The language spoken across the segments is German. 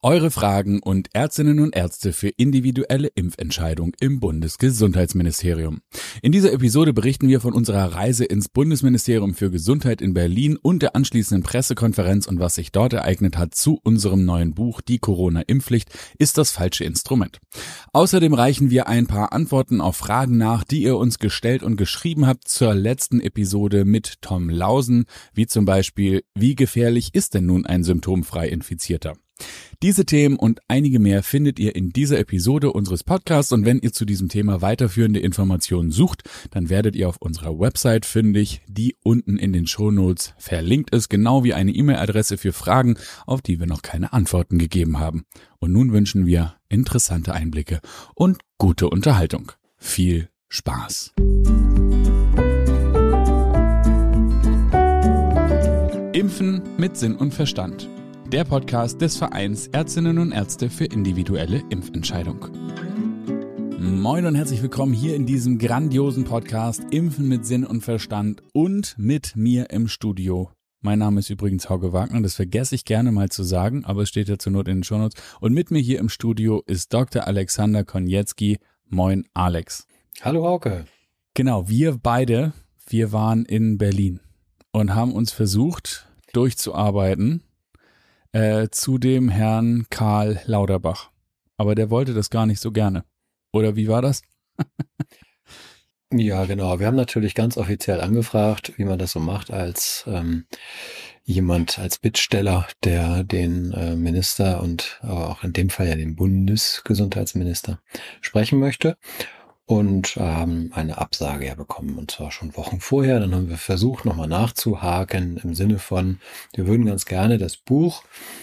Eure Fragen und Ärztinnen und Ärzte für individuelle Impfentscheidung im Bundesgesundheitsministerium. In dieser Episode berichten wir von unserer Reise ins Bundesministerium für Gesundheit in Berlin und der anschließenden Pressekonferenz und was sich dort ereignet hat zu unserem neuen Buch Die Corona-Impfpflicht ist das falsche Instrument. Außerdem reichen wir ein paar Antworten auf Fragen nach, die ihr uns gestellt und geschrieben habt zur letzten Episode mit Tom Lausen, wie zum Beispiel, wie gefährlich ist denn nun ein symptomfrei Infizierter? Diese Themen und einige mehr findet ihr in dieser Episode unseres Podcasts und wenn ihr zu diesem Thema weiterführende Informationen sucht, dann werdet ihr auf unserer Website fündig, die unten in den Shownotes verlinkt ist, genau wie eine E-Mail-Adresse für Fragen, auf die wir noch keine Antworten gegeben haben. Und nun wünschen wir interessante Einblicke und gute Unterhaltung. Viel Spaß! Impfen mit Sinn und Verstand. Der Podcast des Vereins Ärztinnen und Ärzte für individuelle Impfentscheidung. Moin und herzlich willkommen hier in diesem grandiosen Podcast Impfen mit Sinn und Verstand und mit mir im Studio. Mein Name ist übrigens Hauke Wagner, das vergesse ich gerne mal zu sagen, aber es steht ja zur Not in den Shownotes. Und mit mir hier im Studio ist Dr. Alexander Konietzki. Moin Alex. Hallo Hauke. Genau, wir waren in Berlin und haben uns versucht durchzuarbeiten zu dem Herrn Karl Lauterbach. Aber der wollte das gar nicht so gerne. Oder wie war das? Ja, genau. Wir haben natürlich ganz offiziell angefragt, wie man das so macht, als jemand, als Bittsteller, der den Minister und auch in dem Fall ja den Bundesgesundheitsminister sprechen möchte. Und haben eine Absage ja bekommen, und zwar schon Wochen vorher. Dann haben wir versucht, nochmal nachzuhaken im Sinne von, wir würden ganz gerne das Buch,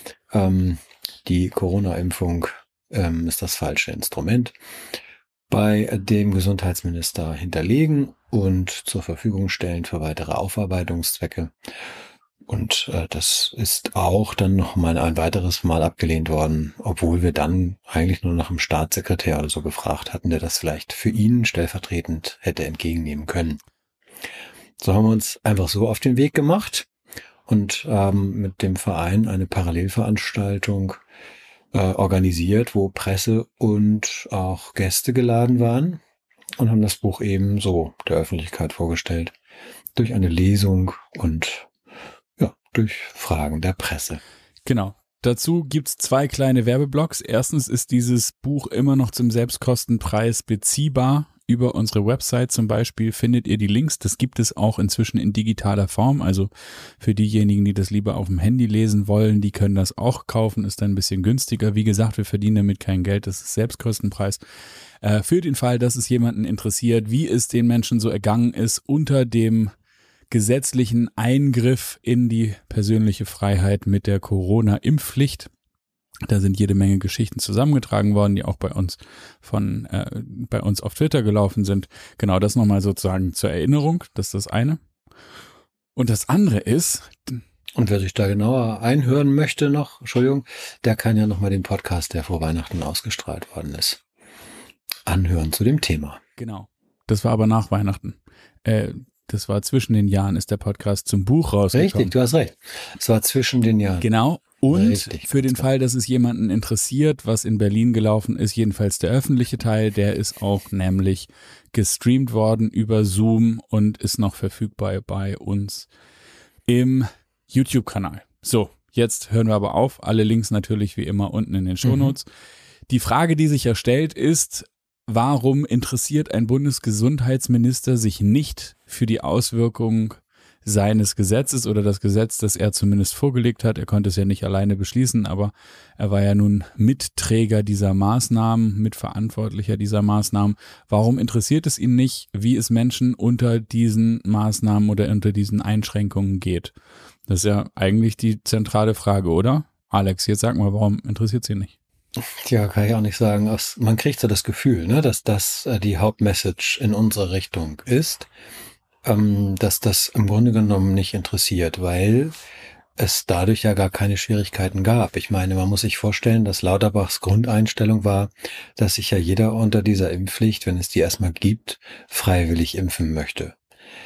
die Corona-Impfung ist das falsche Instrument, bei dem Gesundheitsminister hinterlegen und zur Verfügung stellen für weitere Aufarbeitungszwecke. Und das ist auch dann noch mal ein weiteres Mal abgelehnt worden, obwohl wir dann eigentlich nur nach dem Staatssekretär oder so gefragt hatten, der das vielleicht für ihn stellvertretend hätte entgegennehmen können. So haben wir uns einfach so auf den Weg gemacht und mit dem Verein eine Parallelveranstaltung organisiert, wo Presse und auch Gäste geladen waren und haben das Buch eben so der Öffentlichkeit vorgestellt, durch eine Lesung und durch Fragen der Presse. Genau. Dazu gibt's 2 kleine Werbeblocks. Erstens ist dieses Buch immer noch zum Selbstkostenpreis beziehbar. Über unsere Website zum Beispiel findet ihr die Links. Das gibt es auch inzwischen in digitaler Form. Also für diejenigen, die das lieber auf dem Handy lesen wollen, die können das auch kaufen. Ist dann ein bisschen günstiger. Wie gesagt, wir verdienen damit kein Geld. Das ist Selbstkostenpreis. Für den Fall, dass es jemanden interessiert, wie es den Menschen so ergangen ist unter dem gesetzlichen Eingriff in die persönliche Freiheit mit der Corona-Impfpflicht. Da sind jede Menge Geschichten zusammengetragen worden, die auch bei uns auf Twitter gelaufen sind. Genau, das nochmal sozusagen zur Erinnerung, das ist das eine. Und das andere ist... Und wer sich da genauer einhören möchte noch, der kann ja nochmal den Podcast, der vor Weihnachten ausgestrahlt worden ist, anhören zu dem Thema. Genau, das war aber nach Weihnachten. Das war zwischen den Jahren, ist der Podcast zum Buch rausgekommen. Richtig, du hast recht. Es war zwischen den Jahren. Genau. Und richtig, für den Fall, dass es jemanden interessiert, was in Berlin gelaufen ist, jedenfalls der öffentliche Teil, der ist auch nämlich gestreamt worden über Zoom und ist noch verfügbar bei uns im YouTube-Kanal. So, jetzt hören wir aber auf. Alle Links natürlich wie immer unten in den Shownotes. Die Frage, die sich ja stellt, ist: Warum interessiert ein Bundesgesundheitsminister sich nicht für die Auswirkungen seines Gesetzes oder das Gesetz, das er zumindest vorgelegt hat? Er konnte es ja nicht alleine beschließen, aber er war ja nun Mitträger dieser Maßnahmen, Mitverantwortlicher dieser Maßnahmen. Warum interessiert es ihn nicht, wie es Menschen unter diesen Maßnahmen oder unter diesen Einschränkungen geht? Das ist ja eigentlich die zentrale Frage, oder? Alex, jetzt sag mal, warum interessiert es ihn nicht? Tja, kann ich auch nicht sagen. Man kriegt so das Gefühl, dass das die Hauptmessage in unsere Richtung ist, dass das im Grunde genommen nicht interessiert, weil es dadurch ja gar keine Schwierigkeiten gab. Ich meine, man muss sich vorstellen, dass Lauterbachs Grundeinstellung war, dass sich ja jeder unter dieser Impfpflicht, wenn es die erstmal gibt, freiwillig impfen möchte.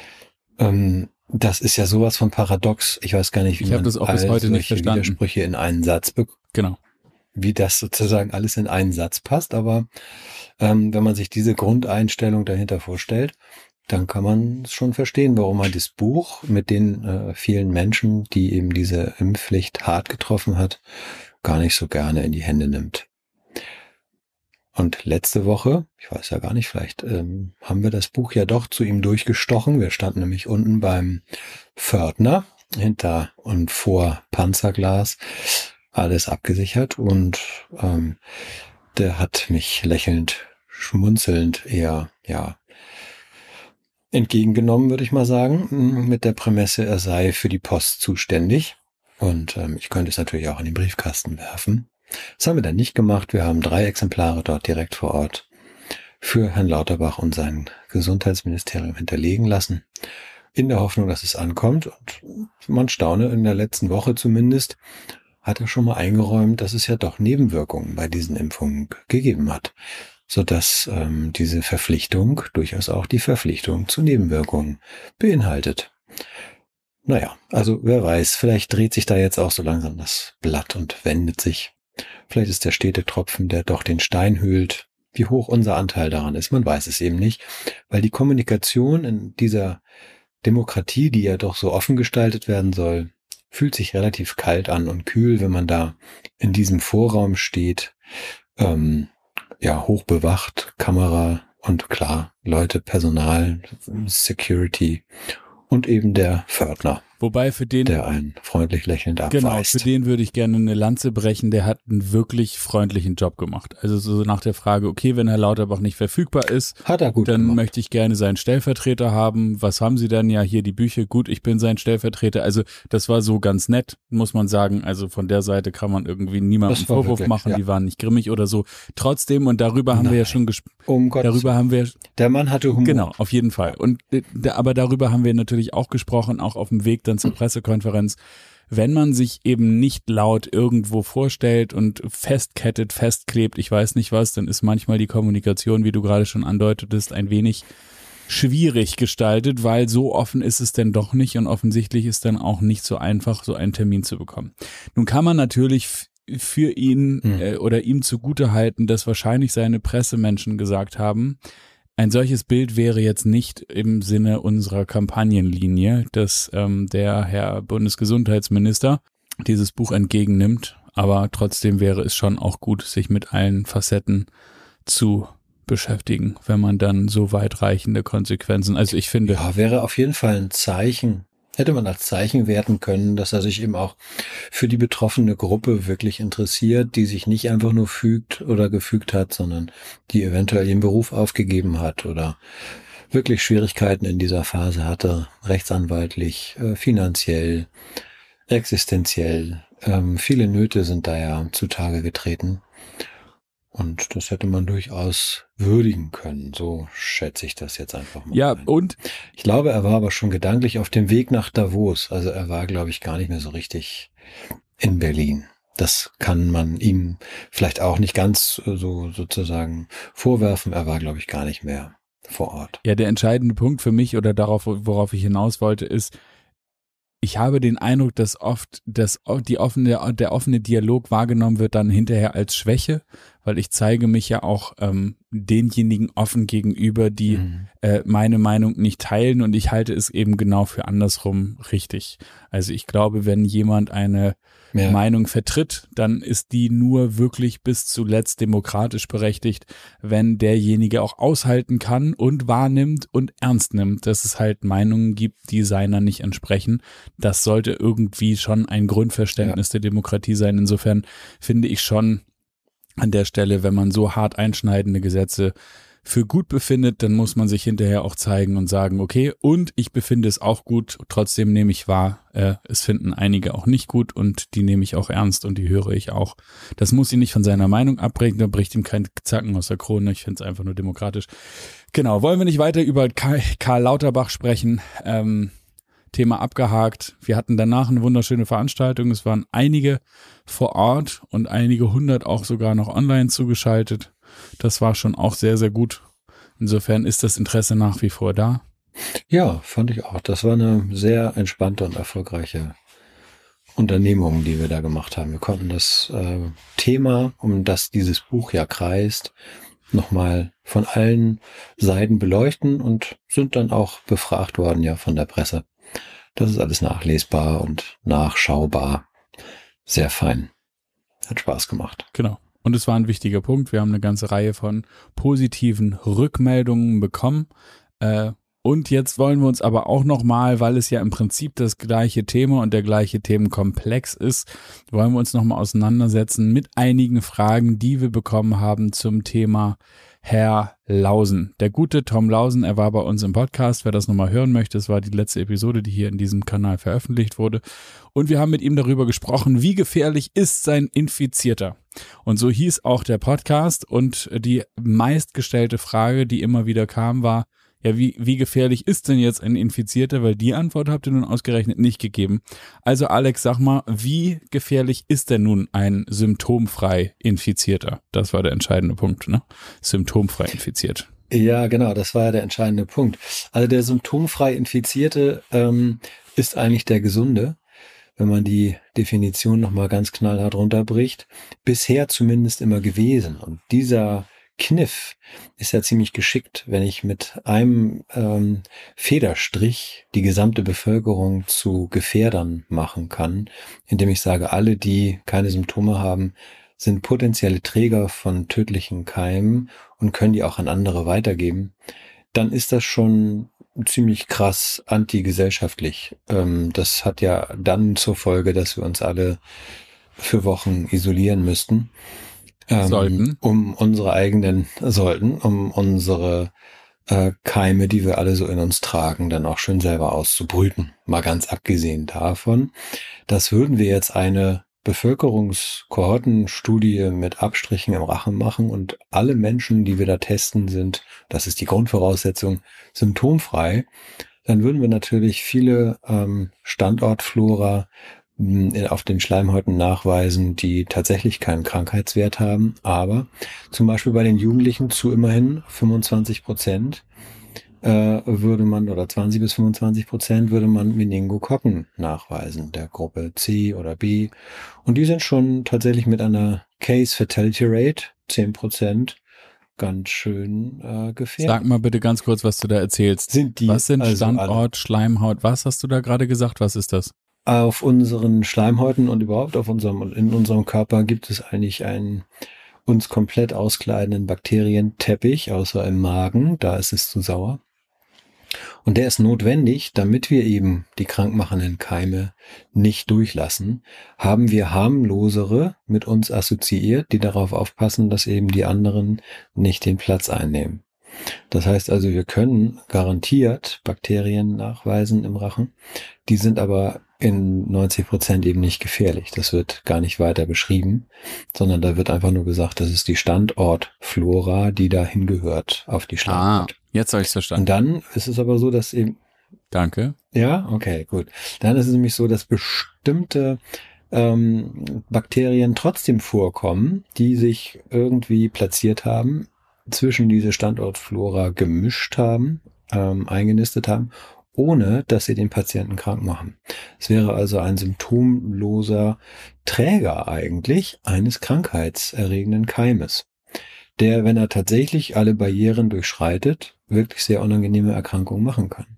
Das ist ja sowas von paradox. Ich weiß gar nicht, wie man das auch bis heute nicht verstanden. Widersprüche in einen Satz Genau. wie das sozusagen alles in einen Satz passt, aber wenn man sich diese Grundeinstellung dahinter vorstellt, dann kann man schon verstehen, warum man das Buch mit den vielen Menschen, die eben diese Impfpflicht hart getroffen hat, gar nicht so gerne in die Hände nimmt. Und letzte Woche, ich weiß ja gar nicht, vielleicht haben wir das Buch ja doch zu ihm durchgestochen. Wir standen nämlich unten beim Pförtner hinter und vor Panzerglas, alles abgesichert, und der hat mich lächelnd, schmunzelnd eher, entgegengenommen, würde ich mal sagen, mit der Prämisse, er sei für die Post zuständig und ich könnte es natürlich auch in den Briefkasten werfen. Das haben wir dann nicht gemacht. Wir haben 3 Exemplare dort direkt vor Ort für Herrn Lauterbach und sein Gesundheitsministerium hinterlegen lassen, in der Hoffnung, dass es ankommt. Und man staune, in der letzten Woche zumindest hat er schon mal eingeräumt, dass es ja doch Nebenwirkungen bei diesen Impfungen gegeben hat, sodass diese Verpflichtung durchaus auch die Verpflichtung zu Nebenwirkungen beinhaltet. Naja, also wer weiß, vielleicht dreht sich da jetzt auch so langsam das Blatt und wendet sich. Vielleicht ist der stete Tropfen, der doch den Stein höhlt. Wie hoch unser Anteil daran ist, man weiß es eben nicht, weil die Kommunikation in dieser Demokratie, die ja doch so offen gestaltet werden soll, fühlt sich relativ kalt an und kühl, wenn man da in diesem Vorraum steht, hoch bewacht, Kamera und klar, Leute, Personal, Security und eben der Pförtner. Wobei für den, der einen freundlich lächelnd abweist. Genau, für den würde ich gerne eine Lanze brechen, der hat einen wirklich freundlichen Job gemacht. Also so nach der Frage, okay, wenn Herr Lauterbach nicht verfügbar ist, hat er gut dann gemacht. Möchte ich gerne seinen Stellvertreter haben. Was haben Sie denn? Ja, hier die Bücher. Gut, ich bin sein Stellvertreter. Also das war so ganz nett, muss man sagen. Also von der Seite kann man irgendwie niemandem einen Vorwurf machen, die waren nicht grimmig oder so. Trotzdem, und darüber haben wir ja schon gesprochen. Der Mann hatte Humor. Genau, auf jeden Fall. Und aber darüber haben wir natürlich auch gesprochen, auch auf dem Weg dann zur Pressekonferenz. Wenn man sich eben nicht laut irgendwo vorstellt und festkettet, festklebt, ich weiß nicht was, dann ist manchmal die Kommunikation, wie du gerade schon andeutetest, ein wenig schwierig gestaltet, weil so offen ist es denn doch nicht und offensichtlich ist dann auch nicht so einfach, so einen Termin zu bekommen. Nun kann man natürlich für ihn oder ihm zugutehalten, dass wahrscheinlich seine Pressemenschen gesagt haben, ein solches Bild wäre jetzt nicht im Sinne unserer Kampagnenlinie, dass der Herr Bundesgesundheitsminister dieses Buch entgegennimmt, aber trotzdem wäre es schon auch gut, sich mit allen Facetten zu beschäftigen, wenn man dann so weitreichende Konsequenzen, also ich finde... Ja, wäre auf jeden Fall ein Zeichen, hätte man als Zeichen werten können, dass er sich eben auch für die betroffene Gruppe wirklich interessiert, die sich nicht einfach nur fügt oder gefügt hat, sondern die eventuell ihren Beruf aufgegeben hat oder wirklich Schwierigkeiten in dieser Phase hatte, rechtsanwaltlich, finanziell, existenziell. Viele Nöte sind da ja zutage getreten. Und das hätte man durchaus würdigen können. So schätze ich das jetzt einfach mal. Ja, und? Ich glaube, er war aber schon gedanklich auf dem Weg nach Davos. Also er war, glaube ich, gar nicht mehr so richtig in Berlin. Das kann man ihm vielleicht auch nicht ganz so sozusagen vorwerfen. Er war, glaube ich, gar nicht mehr vor Ort. Ja, der entscheidende Punkt für mich oder darauf, worauf ich hinaus wollte, ist, ich habe den Eindruck, dass oft der offene Dialog wahrgenommen wird dann hinterher als Schwäche, weil ich zeige mich ja auch denjenigen offen gegenüber, die meine Meinung nicht teilen, und ich halte es eben genau für andersrum richtig. Also ich glaube, wenn jemand eine Meinung vertritt, dann ist die nur wirklich bis zuletzt demokratisch berechtigt, wenn derjenige auch aushalten kann und wahrnimmt und ernst nimmt, dass es halt Meinungen gibt, die seiner nicht entsprechen. Das sollte irgendwie schon ein Grundverständnis der Demokratie sein. Insofern finde ich schon an der Stelle, wenn man so hart einschneidende Gesetze für gut befindet, dann muss man sich hinterher auch zeigen und sagen, okay, und ich befinde es auch gut, trotzdem nehme ich wahr, es finden einige auch nicht gut und die nehme ich auch ernst und die höre ich auch. Das muss ihn nicht von seiner Meinung abbringen, da bricht ihm kein Zacken aus der Krone, ich finde es einfach nur demokratisch. Genau, wollen wir nicht weiter über Karl Lauterbach sprechen, Thema abgehakt. Wir hatten danach eine wunderschöne Veranstaltung, es waren einige vor Ort und einige 100 auch sogar noch online zugeschaltet. Das war schon auch sehr, sehr gut. Insofern ist das Interesse nach wie vor da. Ja, fand ich auch. Das war eine sehr entspannte und erfolgreiche Unternehmungen, die wir da gemacht haben. Wir konnten das Thema, um das dieses Buch ja kreist, nochmal von allen Seiten beleuchten und sind dann auch befragt worden ja von der Presse. Das ist alles nachlesbar und nachschaubar. Sehr fein. Hat Spaß gemacht. Genau. Und es war ein wichtiger Punkt. Wir haben eine ganze Reihe von positiven Rückmeldungen bekommen. Und jetzt wollen wir uns aber auch nochmal, weil es ja im Prinzip das gleiche Thema und der gleiche Themenkomplex ist, wollen wir uns nochmal auseinandersetzen mit einigen Fragen, die wir bekommen haben zum Thema Herr Lausen. Der gute Tom Lausen, er war bei uns im Podcast. Wer das nochmal hören möchte, es war die letzte Episode, die hier in diesem Kanal veröffentlicht wurde. Und wir haben mit ihm darüber gesprochen, wie gefährlich ist sein Infizierter. Und so hieß auch der Podcast. Und die meistgestellte Frage, die immer wieder kam, war, ja, wie gefährlich ist denn jetzt ein Infizierter? Weil die Antwort habt ihr nun ausgerechnet nicht gegeben. Also Alex, sag mal, wie gefährlich ist denn nun ein symptomfrei Infizierter? Das war der entscheidende Punkt, ne? Symptomfrei infiziert. Ja, genau, das war ja der entscheidende Punkt. Also der symptomfrei Infizierte ist eigentlich der Gesunde, wenn man die Definition nochmal ganz knallhart runterbricht. Bisher zumindest immer gewesen. Und dieser Kniff ist ja ziemlich geschickt, wenn ich mit einem Federstrich die gesamte Bevölkerung zu Gefährdern machen kann, indem ich sage, alle, die keine Symptome haben, sind potenzielle Träger von tödlichen Keimen und können die auch an andere weitergeben, dann ist das schon ziemlich krass antigesellschaftlich. Das hat ja dann zur Folge, dass wir uns alle für Wochen isolieren müssten. Um unsere Keime, die wir alle so in uns tragen, dann auch schön selber auszubrüten. Mal ganz abgesehen davon, das würden wir jetzt eine Bevölkerungskohortenstudie mit Abstrichen im Rachen machen und alle Menschen, die wir da testen, sind, das ist die Grundvoraussetzung, symptomfrei, dann würden wir natürlich viele Standortflora auf den Schleimhäuten nachweisen, die tatsächlich keinen Krankheitswert haben, aber zum Beispiel bei den Jugendlichen zu immerhin 25% würde man, oder 20 bis 25% würde man Meningokokken nachweisen, der Gruppe C oder B. Und die sind schon tatsächlich mit einer Case Fatality Rate, 10%, ganz schön gefährdet. Sag mal bitte ganz kurz, was du da erzählst. Was sind also Standort, Schleimhaut, was hast du da gerade gesagt? Was ist das? Auf unseren Schleimhäuten und überhaupt in unserem Körper gibt es eigentlich einen uns komplett auskleidenden Bakterienteppich, außer im Magen, da ist es zu sauer. Und der ist notwendig, damit wir eben die krankmachenden Keime nicht durchlassen, haben wir harmlosere mit uns assoziiert, die darauf aufpassen, dass eben die anderen nicht den Platz einnehmen. Das heißt also, wir können garantiert Bakterien nachweisen im Rachen, die sind aber in 90% eben nicht gefährlich. Das wird gar nicht weiter beschrieben, sondern da wird einfach nur gesagt, das ist die Standortflora, die dahin gehört auf die Schleimhaut. Jetzt habe ich es verstanden. Und dann ist es aber so, dass eben... Danke. Ja, okay, gut. Dann ist es nämlich so, dass bestimmte Bakterien trotzdem vorkommen, die sich irgendwie platziert haben, zwischen diese Standortflora gemischt haben, eingenistet haben, ohne dass sie den Patienten krank machen. Es wäre also ein symptomloser Träger eigentlich eines krankheitserregenden Keimes, der, wenn er tatsächlich alle Barrieren durchschreitet, wirklich sehr unangenehme Erkrankungen machen kann.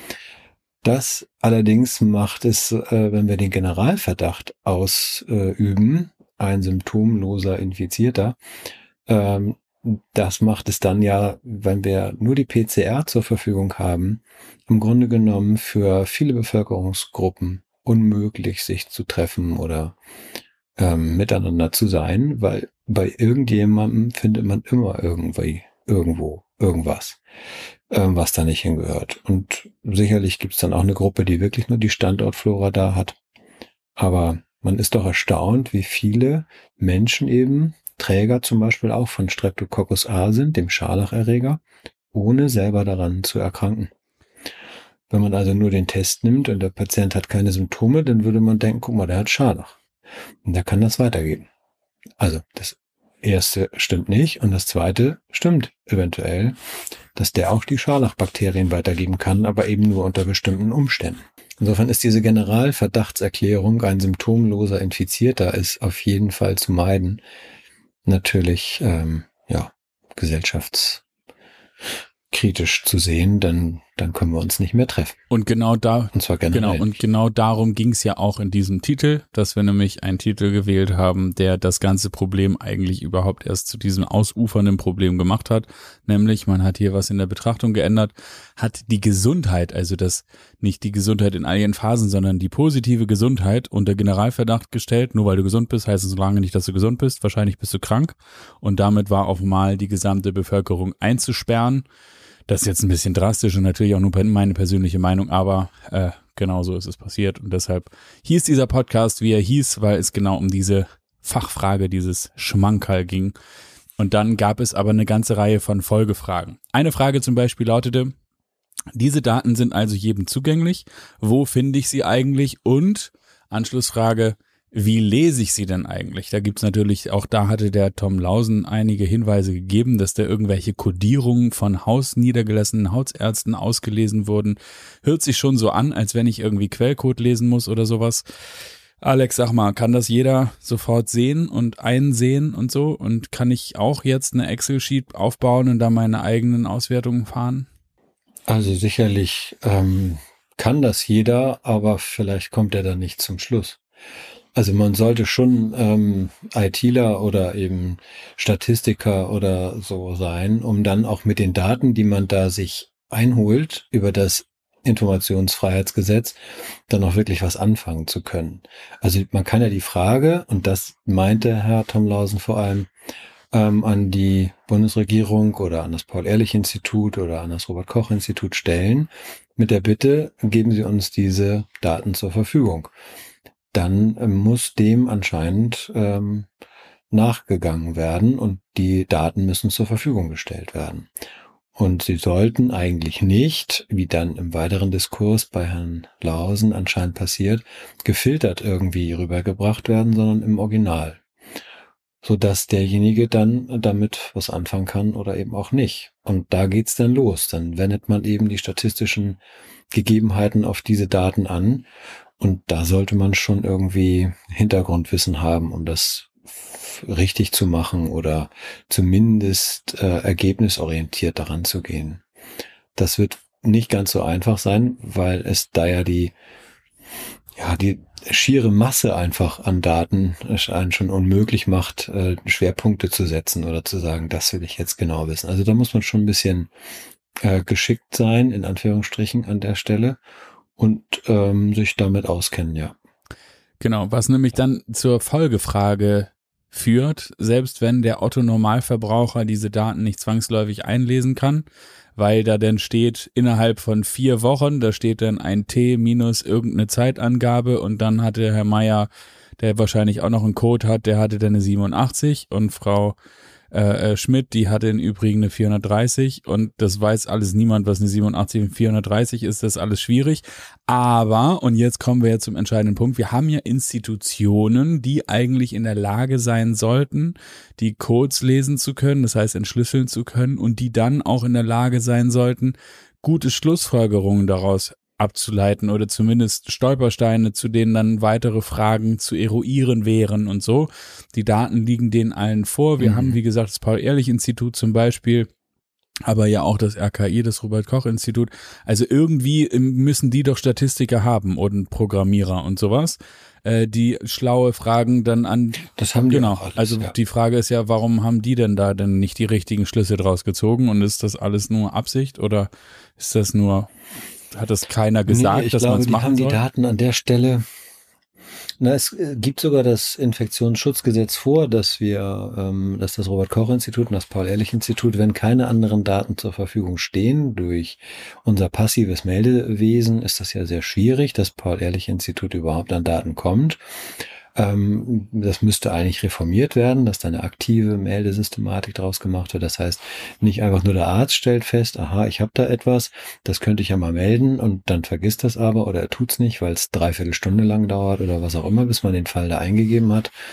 Das allerdings macht es, wenn wir den Generalverdacht ausüben, ein symptomloser Infizierter, das macht es dann ja, wenn wir nur die PCR zur Verfügung haben, im Grunde genommen für viele Bevölkerungsgruppen unmöglich, sich zu treffen oder miteinander zu sein, weil bei irgendjemandem findet man immer irgendwo irgendwas, was da nicht hingehört. Und sicherlich gibt es dann auch eine Gruppe, die wirklich nur die Standortflora da hat. Aber man ist doch erstaunt, wie viele Menschen eben Träger zum Beispiel auch von Streptococcus A sind, dem Scharlacherreger, ohne selber daran zu erkranken. Wenn man also nur den Test nimmt und der Patient hat keine Symptome, dann würde man denken, guck mal, der hat Scharlach. Und der kann das weitergeben. Also das erste stimmt nicht und das zweite stimmt eventuell, dass der auch die Scharlachbakterien weitergeben kann, aber eben nur unter bestimmten Umständen. Insofern ist diese Generalverdachtserklärung, ein symptomloser Infizierter ist auf jeden Fall zu meiden. Natürlich, gesellschaftskritisch zu sehen, dann können wir uns nicht mehr treffen. Und genau Und zwar generell. Genau darum ging es ja auch in diesem Titel, dass wir nämlich einen Titel gewählt haben, der das ganze Problem eigentlich überhaupt erst zu diesem ausufernden Problem gemacht hat. Nämlich, man hat hier was in der Betrachtung geändert, hat die Gesundheit, also das nicht die Gesundheit in all ihren Phasen, sondern die positive Gesundheit unter Generalverdacht gestellt. Nur weil du gesund bist, heißt es so lange nicht, dass du gesund bist. Wahrscheinlich bist du krank. Und damit war auf einmal die gesamte Bevölkerung einzusperren. Das ist jetzt ein bisschen drastisch und natürlich auch nur meine persönliche Meinung, aber genau so ist es passiert. Und deshalb hieß dieser Podcast, wie er hieß, weil es genau um diese Fachfrage, dieses Schmankerl ging. Und dann gab es aber eine ganze Reihe von Folgefragen. Eine Frage zum Beispiel lautete: Diese Daten sind also jedem zugänglich. Wo finde ich sie eigentlich? Und Anschlussfrage: Wie lese ich sie denn eigentlich? Da gibt's natürlich, auch da hatte der Tom Lausen einige Hinweise gegeben, dass da irgendwelche Kodierungen von hausniedergelassenen Hausärzten ausgelesen wurden. Hört sich schon so an, als wenn ich irgendwie Quellcode lesen muss oder sowas. Alex, sag mal, kann das jeder sofort sehen und einsehen und so? Und kann ich auch jetzt eine Excel-Sheet aufbauen und da meine eigenen Auswertungen fahren? Also sicherlich kann das jeder, aber vielleicht kommt er dann nicht zum Schluss. Also man sollte schon ITler oder eben Statistiker oder so sein, um dann auch mit den Daten, die man da sich einholt über das Informationsfreiheitsgesetz, dann auch wirklich was anfangen zu können. Also man kann ja die Frage, und das meinte Herr Tom Lausen vor allem, an die Bundesregierung oder an das Paul-Ehrlich-Institut oder an das Robert-Koch-Institut stellen, mit der Bitte, geben Sie uns diese Daten zur Verfügung. Dann muss dem anscheinend nachgegangen werden und die Daten müssen zur Verfügung gestellt werden. Und sie sollten eigentlich nicht, wie dann im weiteren Diskurs bei Herrn Lausen anscheinend passiert, gefiltert irgendwie rübergebracht werden, sondern im Original. Sodass derjenige dann damit was anfangen kann oder eben auch nicht. Und da geht's dann los. Dann wendet man eben die statistischen Gegebenheiten auf diese Daten an. Und da sollte man schon irgendwie Hintergrundwissen haben, um das richtig zu machen oder zumindest ergebnisorientiert daran zu gehen. Das wird nicht ganz so einfach sein, weil es da ja die schiere Masse einfach an Daten es einen schon unmöglich macht, Schwerpunkte zu setzen oder zu sagen, das will ich jetzt genau wissen. Also da muss man schon ein bisschen geschickt sein, in Anführungsstrichen an der Stelle, und sich damit auskennen, ja. Genau, was nämlich dann zur Folgefrage führt, selbst wenn der Otto-Normalverbraucher diese Daten nicht zwangsläufig einlesen kann, weil da dann steht, innerhalb von 4 Wochen, da steht dann ein T minus irgendeine Zeitangabe und dann hatte Herr Meier, der wahrscheinlich auch noch einen Code hat, der hatte dann eine 87 und Frau Schmidt, die hatte im Übrigen eine 430 und das weiß alles niemand, was eine 87 und 430 ist, das ist alles schwierig. Aber, und jetzt kommen wir ja zum entscheidenden Punkt, wir haben ja Institutionen, die eigentlich in der Lage sein sollten, die Codes lesen zu können, das heißt entschlüsseln zu können und die dann auch in der Lage sein sollten, gute Schlussfolgerungen daraus abzuleiten oder zumindest Stolpersteine, zu denen dann weitere Fragen zu eruieren wären und so. Die Daten liegen denen allen vor. Wir haben, wie gesagt, das Paul-Ehrlich-Institut zum Beispiel, aber ja auch das RKI, das Robert-Koch-Institut. Also irgendwie müssen die doch Statistiker haben und Programmierer und sowas, die schlaue Fragen dann an... Das haben die genau. auch alles, Also ja. Die Frage ist ja, warum haben die denn da denn nicht die richtigen Schlüsse draus gezogen und ist das alles nur Absicht oder ist das nur... Hat das keiner gesagt, dass man es machen soll? Ich glaube, die haben die Daten an der Stelle. Es gibt sogar das Infektionsschutzgesetz vor, dass das Robert-Koch-Institut und das Paul-Ehrlich-Institut, wenn keine anderen Daten zur Verfügung stehen, durch unser passives Meldewesen ist das ja sehr schwierig, dass Paul-Ehrlich-Institut überhaupt an Daten kommt. Das müsste eigentlich reformiert werden, dass da eine aktive Meldesystematik draus gemacht wird. Das heißt, nicht einfach nur der Arzt stellt fest, aha, ich habe da etwas, das könnte ich ja mal melden und dann vergisst das aber oder er tut's nicht, weil es 3/4 Stunde lang dauert oder was auch immer, bis man den Fall da eingegeben hat.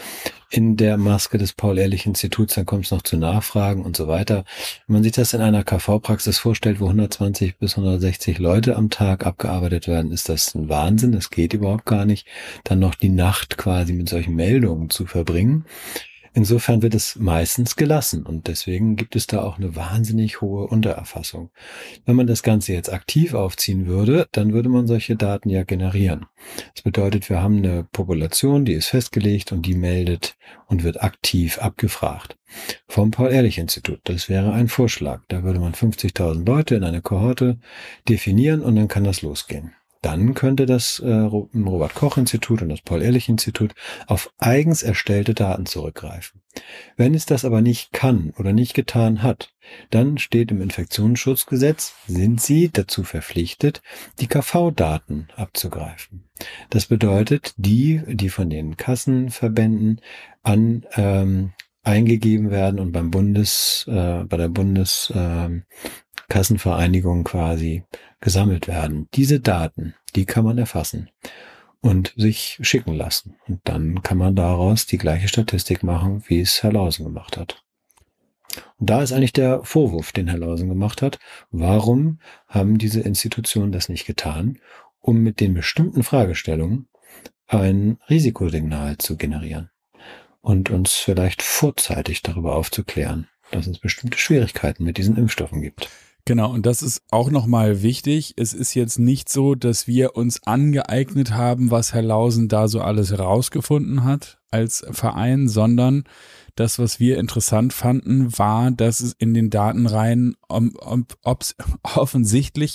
in der Maske des Paul-Ehrlich-Instituts, dann kommt es noch zu Nachfragen und so weiter. Wenn man sich das in einer KV-Praxis vorstellt, wo 120 bis 160 Leute am Tag abgearbeitet werden, ist das ein Wahnsinn, das geht überhaupt gar nicht, dann noch die Nacht quasi mit solchen Meldungen zu verbringen. Insofern wird es meistens gelassen und deswegen gibt es da auch eine wahnsinnig hohe Untererfassung. Wenn man das Ganze jetzt aktiv aufziehen würde, dann würde man solche Daten ja generieren. Das bedeutet, wir haben eine Population, die ist festgelegt und die meldet und wird aktiv abgefragt vom Paul-Ehrlich-Institut. Das wäre ein Vorschlag. Da würde man 50.000 Leute in eine Kohorte definieren und dann kann das losgehen. Dann könnte das Robert-Koch-Institut und das Paul-Ehrlich-Institut auf eigens erstellte Daten zurückgreifen. Wenn es das aber nicht kann oder nicht getan hat, dann steht im Infektionsschutzgesetz, sind Sie dazu verpflichtet, die KV-Daten abzugreifen. Das bedeutet, die von den Kassenverbänden eingegeben werden und bei der Kassenvereinigung quasi gesammelt werden. Diese Daten, die kann man erfassen und sich schicken lassen. Und dann kann man daraus die gleiche Statistik machen, wie es Herr Lausen gemacht hat. Und da ist eigentlich der Vorwurf, den Herr Lausen gemacht hat. Warum haben diese Institutionen das nicht getan, um mit den bestimmten Fragestellungen ein Risikosignal zu generieren und uns vielleicht vorzeitig darüber aufzuklären, dass es bestimmte Schwierigkeiten mit diesen Impfstoffen gibt. Genau, und das ist auch nochmal wichtig. Es ist jetzt nicht so, dass wir uns angeeignet haben, was Herr Lausen da so alles herausgefunden hat als Verein, sondern das, was wir interessant fanden, war, dass es in den Datenreihen offensichtlich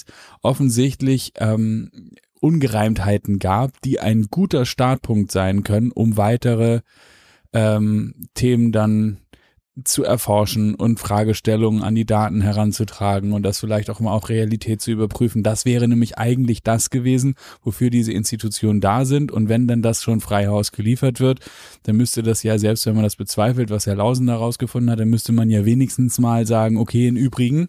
Ungereimtheiten gab, die ein guter Startpunkt sein können, um weitere Themen dann zu erforschen und Fragestellungen an die Daten heranzutragen und das vielleicht auch mal auf Realität zu überprüfen. Das wäre nämlich eigentlich das gewesen, wofür diese Institutionen da sind. Und wenn dann das schon frei Haus geliefert wird, dann müsste das ja, selbst wenn man das bezweifelt, was Herr Lausen da rausgefunden hat, dann müsste man ja wenigstens mal sagen, okay, im Übrigen,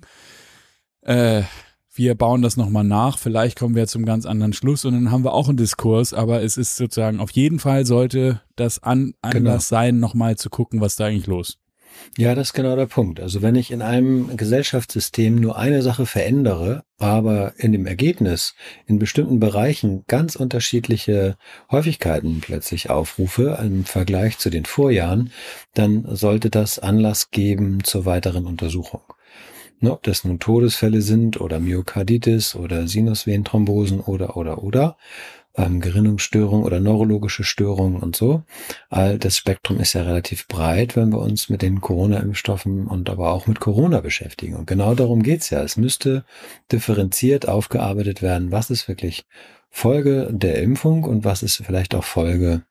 wir bauen das nochmal nach, vielleicht kommen wir zum ganz anderen Schluss und dann haben wir auch einen Diskurs, aber es ist sozusagen, auf jeden Fall sollte das Anlass sein, nochmal zu gucken, was da eigentlich los. Ja, das ist genau der Punkt. Also wenn ich in einem Gesellschaftssystem nur eine Sache verändere, aber in dem Ergebnis in bestimmten Bereichen ganz unterschiedliche Häufigkeiten plötzlich aufrufe im Vergleich zu den Vorjahren, dann sollte das Anlass geben zur weiteren Untersuchung. Ob das nun Todesfälle sind oder Myokarditis oder Sinusvenenthrombosen oder Gerinnungsstörungen oder neurologische Störungen und so. All das Spektrum ist ja relativ breit, wenn wir uns mit den Corona-Impfstoffen und aber auch mit Corona beschäftigen. Und genau darum geht's ja. Es müsste differenziert aufgearbeitet werden, was ist wirklich Folge der Impfung und was ist vielleicht auch Folge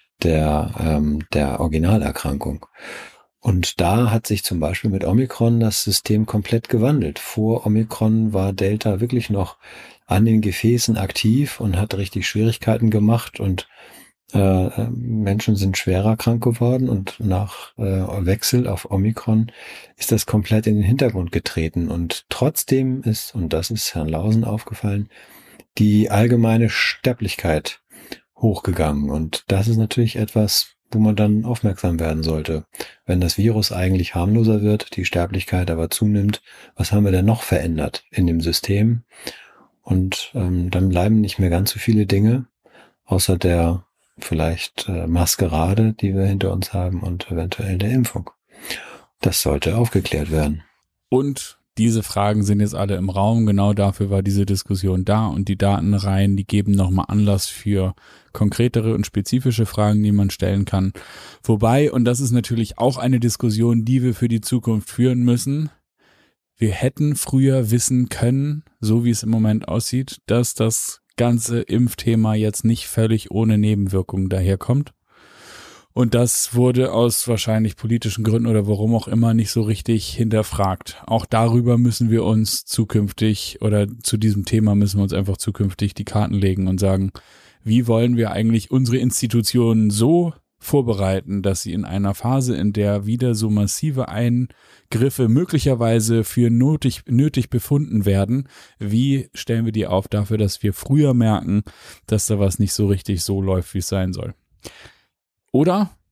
der Originalerkrankung. Und da hat sich zum Beispiel mit Omikron das System komplett gewandelt. Vor Omikron war Delta wirklich noch an den Gefäßen aktiv und hat richtig Schwierigkeiten gemacht und Menschen sind schwerer krank geworden und nach Wechsel auf Omikron ist das komplett in den Hintergrund getreten und trotzdem ist, und das ist Herrn Lausen aufgefallen, die allgemeine Sterblichkeit hochgegangen und das ist natürlich etwas, wo man dann aufmerksam werden sollte. Wenn das Virus eigentlich harmloser wird, die Sterblichkeit aber zunimmt, was haben wir denn noch verändert in dem System? Und dann bleiben nicht mehr ganz so viele Dinge, außer der vielleicht Maskerade, die wir hinter uns haben und eventuell der Impfung. Das sollte aufgeklärt werden. Und diese Fragen sind jetzt alle im Raum. Genau dafür war diese Diskussion da und die Datenreihen, die geben nochmal Anlass für konkretere und spezifische Fragen, die man stellen kann. Wobei, und das ist natürlich auch eine Diskussion, die wir für die Zukunft führen müssen, wir hätten früher wissen können, so wie es im Moment aussieht, dass das ganze Impfthema jetzt nicht völlig ohne Nebenwirkungen daherkommt. Und das wurde aus wahrscheinlich politischen Gründen oder warum auch immer nicht so richtig hinterfragt. Auch darüber müssen wir uns zukünftig oder zu diesem Thema müssen wir uns einfach zukünftig die Karten legen und sagen, wie wollen wir eigentlich unsere Institutionen so vorbereiten, dass sie in einer Phase, in der wieder so massive Eingriffe möglicherweise für nötig befunden werden, wie stellen wir die auf dafür, dass wir früher merken, dass da was nicht so richtig so läuft, wie es sein soll. Oder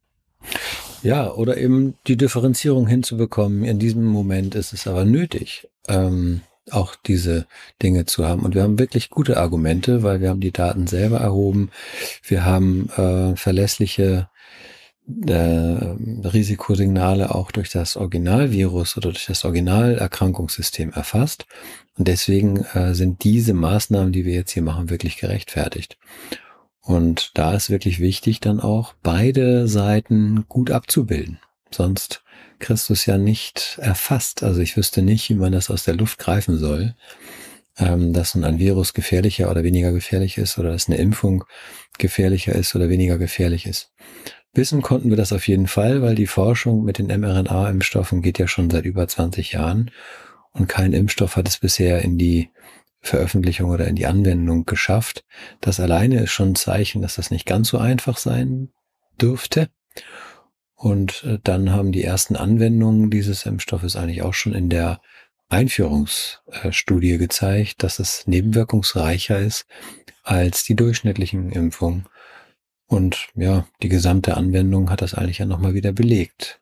Ja, oder eben die Differenzierung hinzubekommen. In diesem Moment ist es aber nötig, auch diese Dinge zu haben. Und wir haben wirklich gute Argumente, weil wir haben die Daten selber erhoben. Wir haben verlässliche Risikosignale auch durch das Originalvirus oder durch das Originalerkrankungssystem erfasst. Und deswegen sind diese Maßnahmen, die wir jetzt hier machen, wirklich gerechtfertigt. Und da ist wirklich wichtig, dann auch beide Seiten gut abzubilden. Sonst kriegst du es ja nicht erfasst. Also ich wüsste nicht, wie man das aus der Luft greifen soll, dass ein Virus gefährlicher oder weniger gefährlich ist oder dass eine Impfung gefährlicher ist oder weniger gefährlich ist. Wissen konnten wir das auf jeden Fall, weil die Forschung mit den mRNA-Impfstoffen geht ja schon seit über 20 Jahren und kein Impfstoff hat es bisher in die Veröffentlichung oder in die Anwendung geschafft. Das alleine ist schon ein Zeichen, dass das nicht ganz so einfach sein dürfte. Und dann haben die ersten Anwendungen dieses Impfstoffes eigentlich auch schon in der Einführungsstudie gezeigt, dass es nebenwirkungsreicher ist als die durchschnittlichen Impfungen. Und ja, die gesamte Anwendung hat das eigentlich ja nochmal wieder belegt.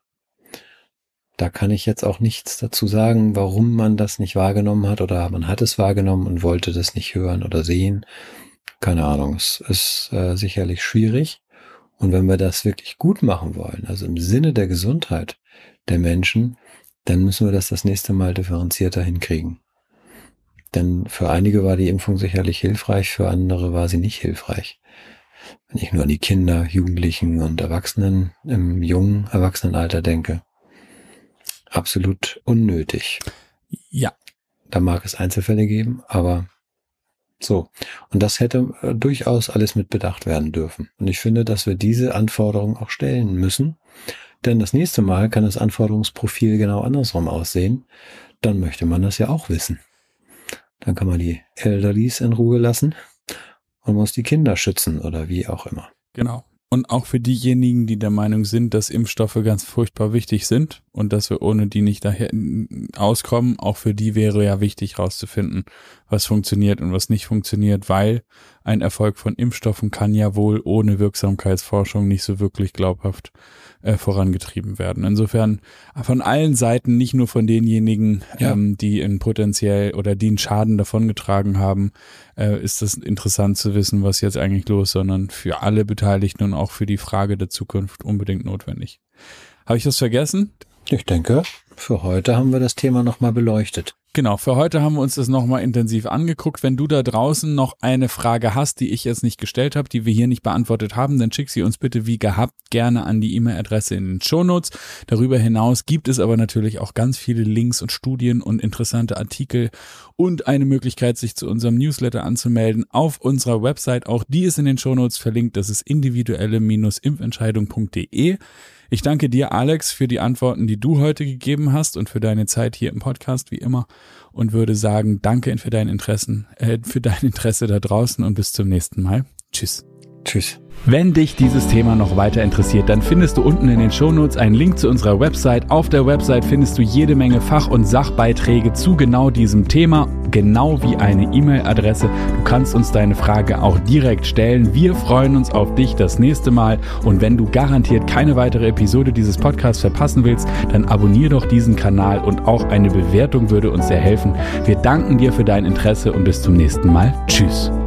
Da kann ich jetzt auch nichts dazu sagen, warum man das nicht wahrgenommen hat oder man hat es wahrgenommen und wollte das nicht hören oder sehen. Keine Ahnung, es ist sicherlich schwierig. Und wenn wir das wirklich gut machen wollen, also im Sinne der Gesundheit der Menschen, dann müssen wir das nächste Mal differenzierter hinkriegen. Denn für einige war die Impfung sicherlich hilfreich, für andere war sie nicht hilfreich. Wenn ich nur an die Kinder, Jugendlichen und Erwachsenen im jungen Erwachsenenalter denke. Absolut unnötig. Ja. Da mag es Einzelfälle geben, aber so. Und das hätte durchaus alles mit bedacht werden dürfen. Und ich finde, dass wir diese Anforderungen auch stellen müssen. Denn das nächste Mal kann das Anforderungsprofil genau andersrum aussehen. Dann möchte man das ja auch wissen. Dann kann man die Elderlies in Ruhe lassen und muss die Kinder schützen oder wie auch immer. Genau. Und auch für diejenigen, die der Meinung sind, dass Impfstoffe ganz furchtbar wichtig sind und dass wir ohne die nicht daher auskommen, auch für die wäre ja wichtig rauszufinden, was funktioniert und was nicht funktioniert, weil ein Erfolg von Impfstoffen kann ja wohl ohne Wirksamkeitsforschung nicht so wirklich glaubhaft vorangetrieben werden. Insofern von allen Seiten, nicht nur von denjenigen, die in potenziell oder die einen Schaden davongetragen haben, ist das interessant zu wissen, was jetzt eigentlich los, sondern für alle Beteiligten und auch für die Frage der Zukunft unbedingt notwendig. Habe ich das vergessen? Ich denke, für heute haben wir das Thema nochmal beleuchtet. Genau, für heute haben wir uns das nochmal intensiv angeguckt. Wenn du da draußen noch eine Frage hast, die ich jetzt nicht gestellt habe, die wir hier nicht beantwortet haben, dann schick sie uns bitte wie gehabt gerne an die E-Mail-Adresse in den Shownotes. Darüber hinaus gibt es aber natürlich auch ganz viele Links und Studien und interessante Artikel und eine Möglichkeit, sich zu unserem Newsletter anzumelden auf unserer Website. Auch die ist in den Shownotes verlinkt. Das ist individuelle-impfentscheidung.de. Ich danke dir, Alex, für die Antworten, die du heute gegeben hast und für deine Zeit hier im Podcast, wie immer, und würde sagen, danke für dein Interesse da draußen und bis zum nächsten Mal. Tschüss. Tschüss. Wenn dich dieses Thema noch weiter interessiert, dann findest du unten in den Shownotes einen Link zu unserer Website. Auf der Website findest du jede Menge Fach- und Sachbeiträge zu genau diesem Thema, genau wie eine E-Mail-Adresse. Du kannst uns deine Frage auch direkt stellen. Wir freuen uns auf dich das nächste Mal. Und wenn du garantiert keine weitere Episode dieses Podcasts verpassen willst, dann abonnier doch diesen Kanal und auch eine Bewertung würde uns sehr helfen. Wir danken dir für dein Interesse und bis zum nächsten Mal. Tschüss.